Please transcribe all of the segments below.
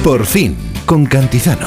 Por fin, con Cantizano.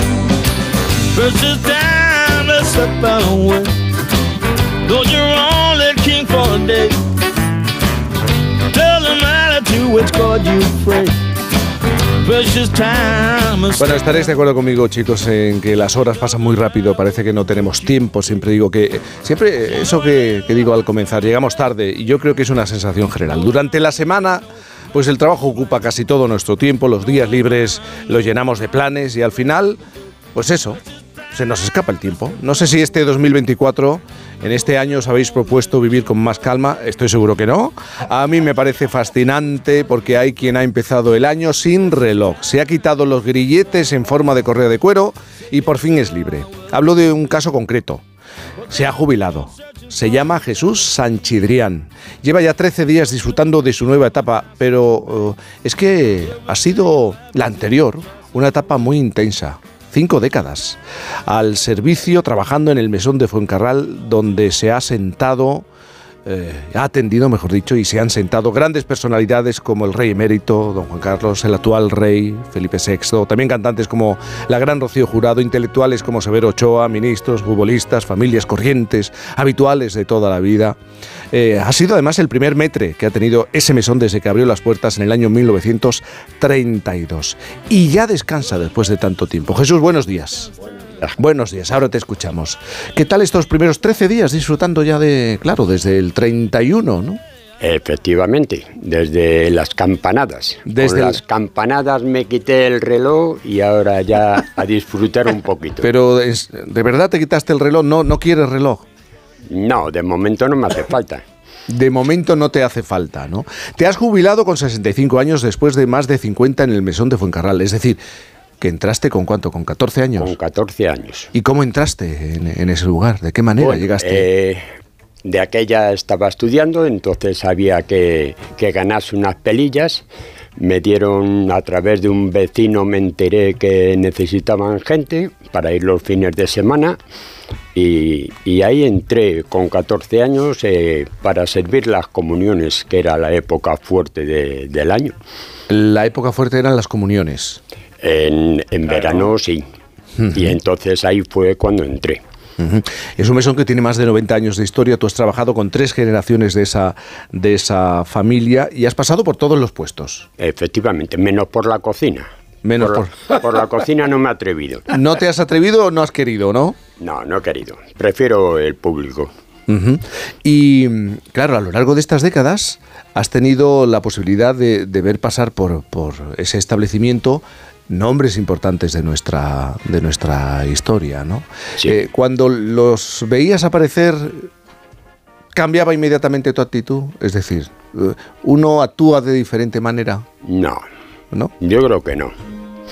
Bueno, estaréis de acuerdo conmigo, chicos, en que las horas pasan muy rápido, parece que no tenemos tiempo. Siempre digo que eso que digo al comenzar, llegamos tarde, y yo creo que es una sensación general. Durante la semana, pues el trabajo ocupa casi todo nuestro tiempo, los días libres los llenamos de planes y al final, pues eso, se nos escapa el tiempo. No sé si este 2024, en este año, os habéis propuesto vivir con más calma. Estoy seguro que no. A mí me parece fascinante porque hay quien ha empezado el año sin reloj. Se ha quitado los grilletes en forma de correa de cuero y por fin es libre. Hablo de un caso concreto. Se ha jubilado. Se llama Jesús Sanchidrián. Lleva ya 13 días disfrutando de su nueva etapa, pero es que ha sido la anterior, una etapa muy intensa. 5 décadas, al servicio, trabajando en el Mesón de Fuencarral, donde se ha sentado, ha atendido, mejor dicho, y se han sentado grandes personalidades como el rey emérito, don Juan Carlos, el actual rey Felipe VI, también cantantes como la gran Rocío Jurado, intelectuales como Severo Ochoa, ministros, futbolistas, familias corrientes, habituales de toda la vida. Ha sido además el primer metre que ha tenido ese mesón desde que abrió las puertas en el año 1932. Y ya descansa después de tanto tiempo. Jesús, buenos días. Buenos días, ahora te escuchamos. ¿Qué tal estos primeros 13 días disfrutando ya desde el 31, ¿no? Efectivamente, desde las campanadas. Con las campanadas me quité el reloj y ahora ya a disfrutar un poquito. Pero, ¿de verdad te quitaste el reloj? ¿No quieres reloj? No, de momento no me hace falta. De momento no te hace falta, ¿no? Te has jubilado con 65 años después de más de 50 en el Mesón de Fuencarral, es decir, que entraste ¿con cuánto? ¿Con 14 años? Con 14 años. ¿Y cómo entraste en ese lugar? ¿De qué manera llegaste? De aquella estaba estudiando, entonces había que ganarse unas pelillas. Me dieron, a través de un vecino, me enteré que necesitaban gente para ir los fines de semana. Y ahí entré con 14 años para servir las comuniones, que era la época fuerte del año. La época fuerte eran las comuniones. En verano sí. Uh-huh. Y entonces ahí fue cuando entré. Uh-huh. Es un mesón que tiene más de 90 años de historia. Tú has trabajado con 3 generaciones de esa familia y has pasado por todos los puestos. Efectivamente, menos por la cocina. Por la cocina no me he atrevido. ¿No te has atrevido o no has querido, no? No he querido. Prefiero el público. Uh-huh. Y claro, a lo largo de estas décadas has tenido la posibilidad de ver pasar por ese establecimiento nombres importantes de nuestra historia, ¿no? Sí. Cuando los veías aparecer, ¿cambiaba inmediatamente tu actitud? Es decir, ¿uno actúa de diferente manera? No. Yo creo que no.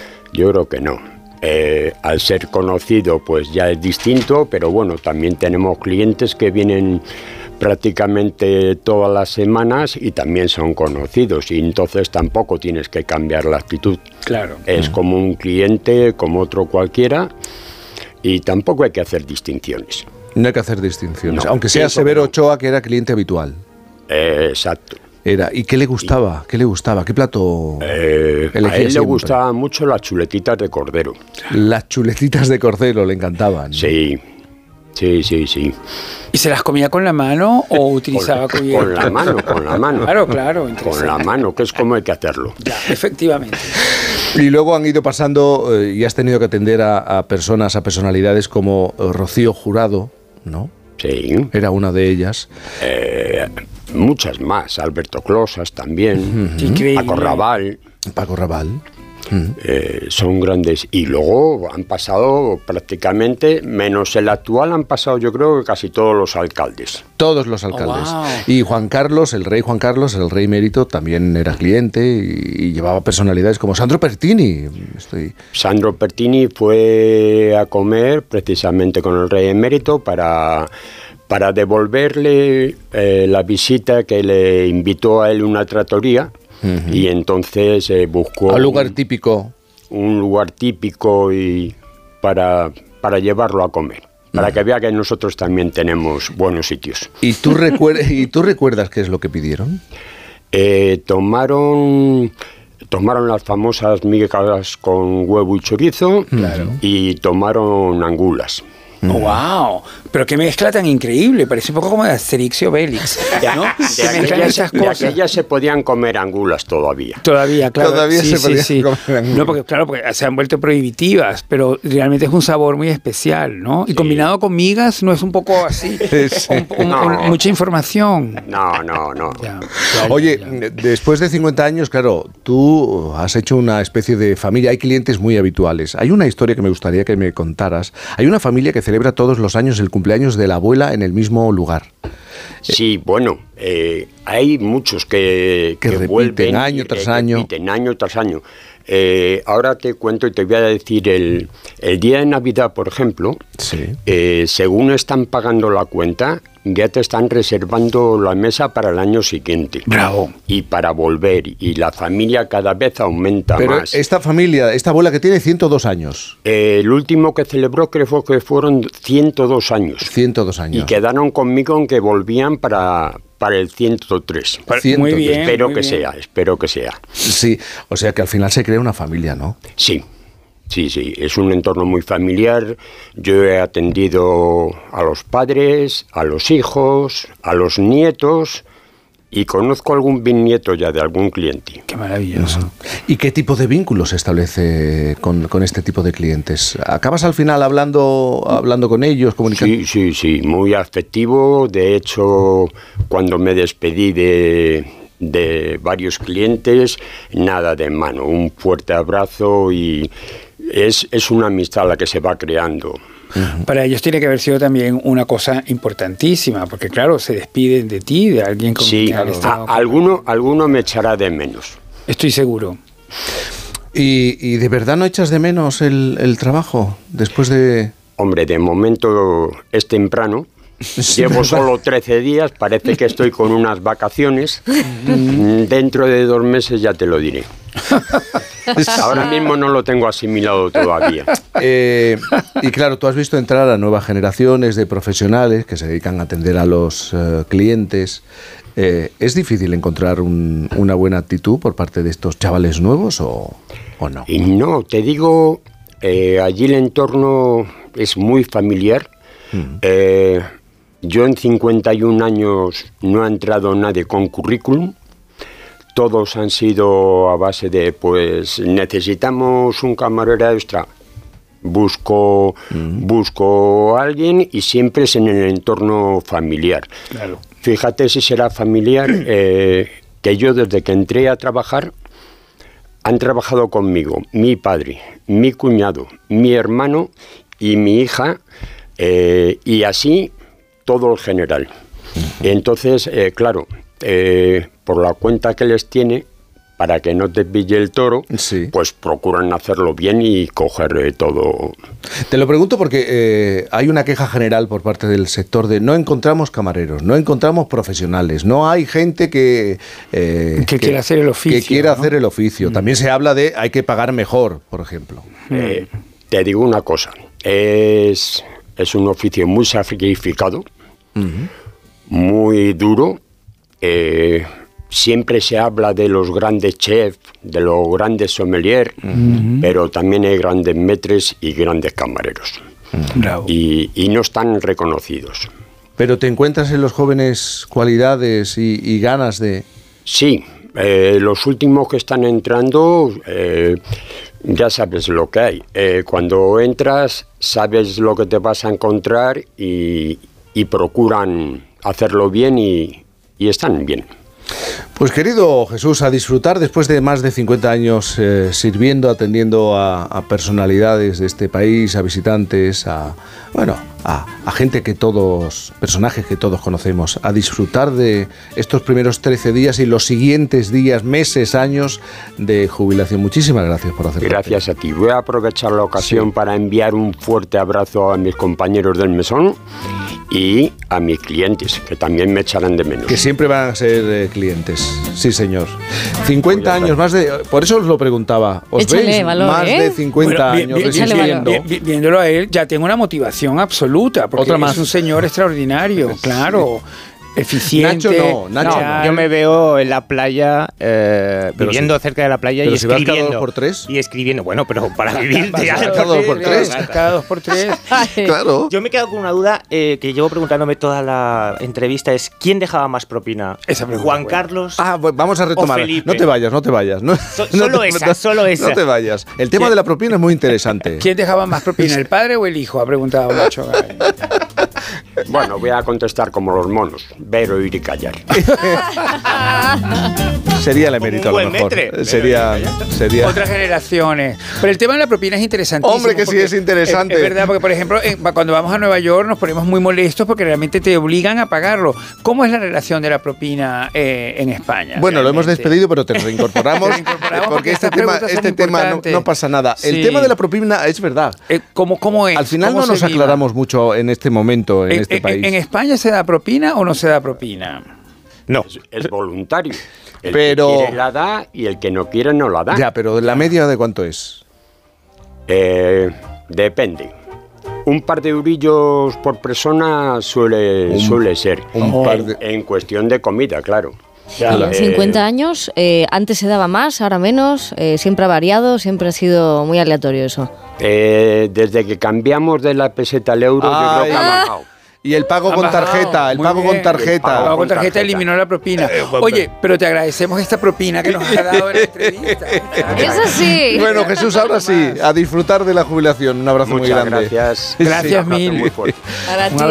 Al ser conocido, pues ya es distinto, pero bueno, también tenemos clientes que vienen prácticamente todas las semanas y también son conocidos, y entonces tampoco tienes que cambiar la actitud. Claro. Es como un cliente, como otro cualquiera, y tampoco hay que hacer distinciones. No hay que hacer distinciones, no, aunque sea Severo Ochoa, que era cliente habitual. Exacto. ¿Y qué le gustaba? ¿Qué plato elegía a él le siempre? gustaban mucho las chuletitas de cordero. Las chuletitas de cordero le encantaban. Sí. ¿Y se las comía con la mano o utilizaba cubierto? Con la mano. Claro. Con la mano, que es como hay que hacerlo. Ya, efectivamente. Y luego han ido pasando y has tenido que atender a personalidades como Rocío Jurado, ¿no? Sí. Era una de ellas. Muchas más. Alberto Closas también. Increíble. Paco Raval. Son grandes. Y luego han pasado prácticamente, menos el actual, han pasado yo creo que casi todos los alcaldes. Todos los alcaldes. Oh, wow. Y Juan Carlos, el rey emérito, también era cliente y llevaba personalidades como Sandro Pertini. Sandro Pertini fue a comer precisamente con el rey emérito para devolverle la visita que le invitó a él una trattoria. Uh-huh. Y entonces buscó un lugar típico y para llevarlo a comer, para que vea que nosotros también tenemos buenos sitios. ¿Y tú recuerdas qué es lo que pidieron? Tomaron tomaron las famosas migas con huevo y chorizo y tomaron angulas. Oh, wow, pero qué mezcla tan increíble, parece un poco como de Asterix y Obelix, ¿no? Se mezclan esas cosas. De aquellas se podían comer angulas todavía. Todavía, claro. Todavía se podían comer angulas. No, porque claro, porque se han vuelto prohibitivas, pero realmente es un sabor muy especial, ¿no? Y combinado con migas, ¿no es un poco así? Mucha información. No. Oye, después de 50 años, claro, tú has hecho una especie de familia, hay clientes muy habituales. Hay una historia que me gustaría que me contaras. Hay una familia que celebra todos los años el cumpleaños de la abuela en el mismo lugar. Sí, bueno, hay muchos que repiten vuelven año tras año. Repiten año tras año. Ahora te cuento y te voy a decir, el día de Navidad, por ejemplo, según están pagando la cuenta, ya te están reservando la mesa para el año siguiente. Bravo. Y para volver, y la familia cada vez aumenta más. Pero esta familia, esta abuela que tiene 102 años. El último que celebró creo que fueron 102 años. 102 años. Y quedaron conmigo en que volvían para el 103. Muy bien. Espero que sea. Sí, o sea que al final se crea una familia, ¿no? Sí, es un entorno muy familiar. Yo he atendido a los padres, a los hijos, a los nietos y conozco algún bisnieto ya de algún cliente. Qué maravilloso. ¿Y qué tipo de vínculos se establece con este tipo de clientes? ¿Acabas al final hablando con ellos, comunicando? Sí, muy afectivo. De hecho, cuando me despedí de varios clientes, nada de mano, un fuerte abrazo y es una amistad la que se va creando. Para ellos tiene que haber sido también una cosa importantísima, porque claro, se despiden de ti, de alguien con quien han estado. Alguno me echará de menos. Estoy seguro. ¿Y de verdad no echas de menos el trabajo después de...? Hombre, de momento es temprano. Llevo solo 13 días, parece que estoy con unas vacaciones. Dentro de 2 meses ya te lo diré. Ahora mismo no lo tengo asimilado todavía. Y claro, tú has visto entrar a nuevas generaciones de profesionales que se dedican a atender a los clientes. ¿Es difícil encontrar una buena actitud por parte de estos chavales nuevos o no? Y no, te digo, allí el entorno es muy familiar. Yo en 51 años no ha entrado nadie con currículum. Todos han sido a base de, pues, necesitamos un camarero extra. Busco a alguien y siempre es en el entorno familiar. Claro. Fíjate si será familiar, que yo desde que entré a trabajar, han trabajado conmigo mi padre, mi cuñado, mi hermano y mi hija, y así todo el general. Entonces, claro, por la cuenta que les tiene, para que no te pille el toro, pues procuran hacerlo bien y coger todo. Te lo pregunto porque hay una queja general por parte del sector de no encontramos camareros, no encontramos profesionales, no hay gente que quiere hacer el oficio. Que quiera hacer el oficio. También se habla de hay que pagar mejor, por ejemplo. Te digo una cosa, es un oficio muy sacrificado, muy duro. Siempre se habla de los grandes chefs, de los grandes sommeliers, pero también hay grandes maîtres y grandes camareros. Y no están reconocidos. ¿Pero te encuentras en los jóvenes cualidades y ganas de...? Sí, los últimos que están entrando, ya sabes lo que hay. Cuando entras, sabes lo que te vas a encontrar y procuran hacerlo bien y están bien. Pues querido Jesús, a disfrutar después de más de 50 años sirviendo, atendiendo a personalidades de este país, a visitantes, a gente personajes que todos conocemos, a disfrutar de estos primeros 13 días y los siguientes días, meses, años de jubilación. Muchísimas gracias por hacerlo. Gracias a ti. Voy a aprovechar la ocasión para enviar un fuerte abrazo a mis compañeros del mesón y a mis clientes, que también me echarán de menos. Que siempre van a ser clientes, sí señor. 50 años, más de... Por eso os lo preguntaba. ¿Os veis más de 50 años resistiendo? Viéndolo a él, ya tengo una motivación absoluta, porque es un señor extraordinario, claro. eficiente. Nacho no. Yo me veo en la playa, viviendo cerca de la playa y escribiendo. Si vas cada 2 por 3. Y escribiendo, bueno, pero para vivir cada 2 por 3. Cada 2 por 3. Claro. Yo me he quedado con una duda que llevo preguntándome toda la entrevista, es ¿quién dejaba más propina? Esa pregunta, ¿Juan Carlos? Pues vamos a retomar. Felipe. No te vayas. Solo esa. No te vayas. El tema de la propina es muy interesante. ¿Quién dejaba más propina, el padre o el hijo? Ha preguntado Nacho. Bueno, voy a contestar como los monos. Ver, oír y callar. Sería el emérito a lo mejor. Sería otras generaciones. Pero el tema de la propina es interesantísimo. Hombre, que sí es interesante. Es verdad, porque por ejemplo, cuando vamos a Nueva York nos ponemos muy molestos porque realmente te obligan a pagarlo. ¿Cómo es la relación de la propina en España? Bueno, lo hemos despedido, pero te reincorporamos. Porque este tema no pasa nada. Sí. El tema de la propina es verdad. ¿Cómo es? Al final no nos aclaramos mucho en este momento, en este país. ¿En España se da propina o no se da propina? No. Es voluntario. El que quiere la da y el que no quiere no la da. Ya, pero ¿la media de cuánto es? Depende. Un par de eurillos por persona suele ser. En cuestión de comida, claro. En 50 años, antes se daba más, ahora menos, siempre ha variado, siempre ha sido muy aleatorio eso. Desde que cambiamos de la peseta al euro, yo creo que ha bajado. Y el pago con tarjeta, el pago con tarjeta eliminó la propina. Oye, pero te agradecemos esta propina que nos has dado en la entrevista. Eso sí. Bueno, Jesús, ahora sí, a disfrutar de la jubilación. Un abrazo muy grande. Muchas gracias. Gracias mil. Muy fuerte. Para ti.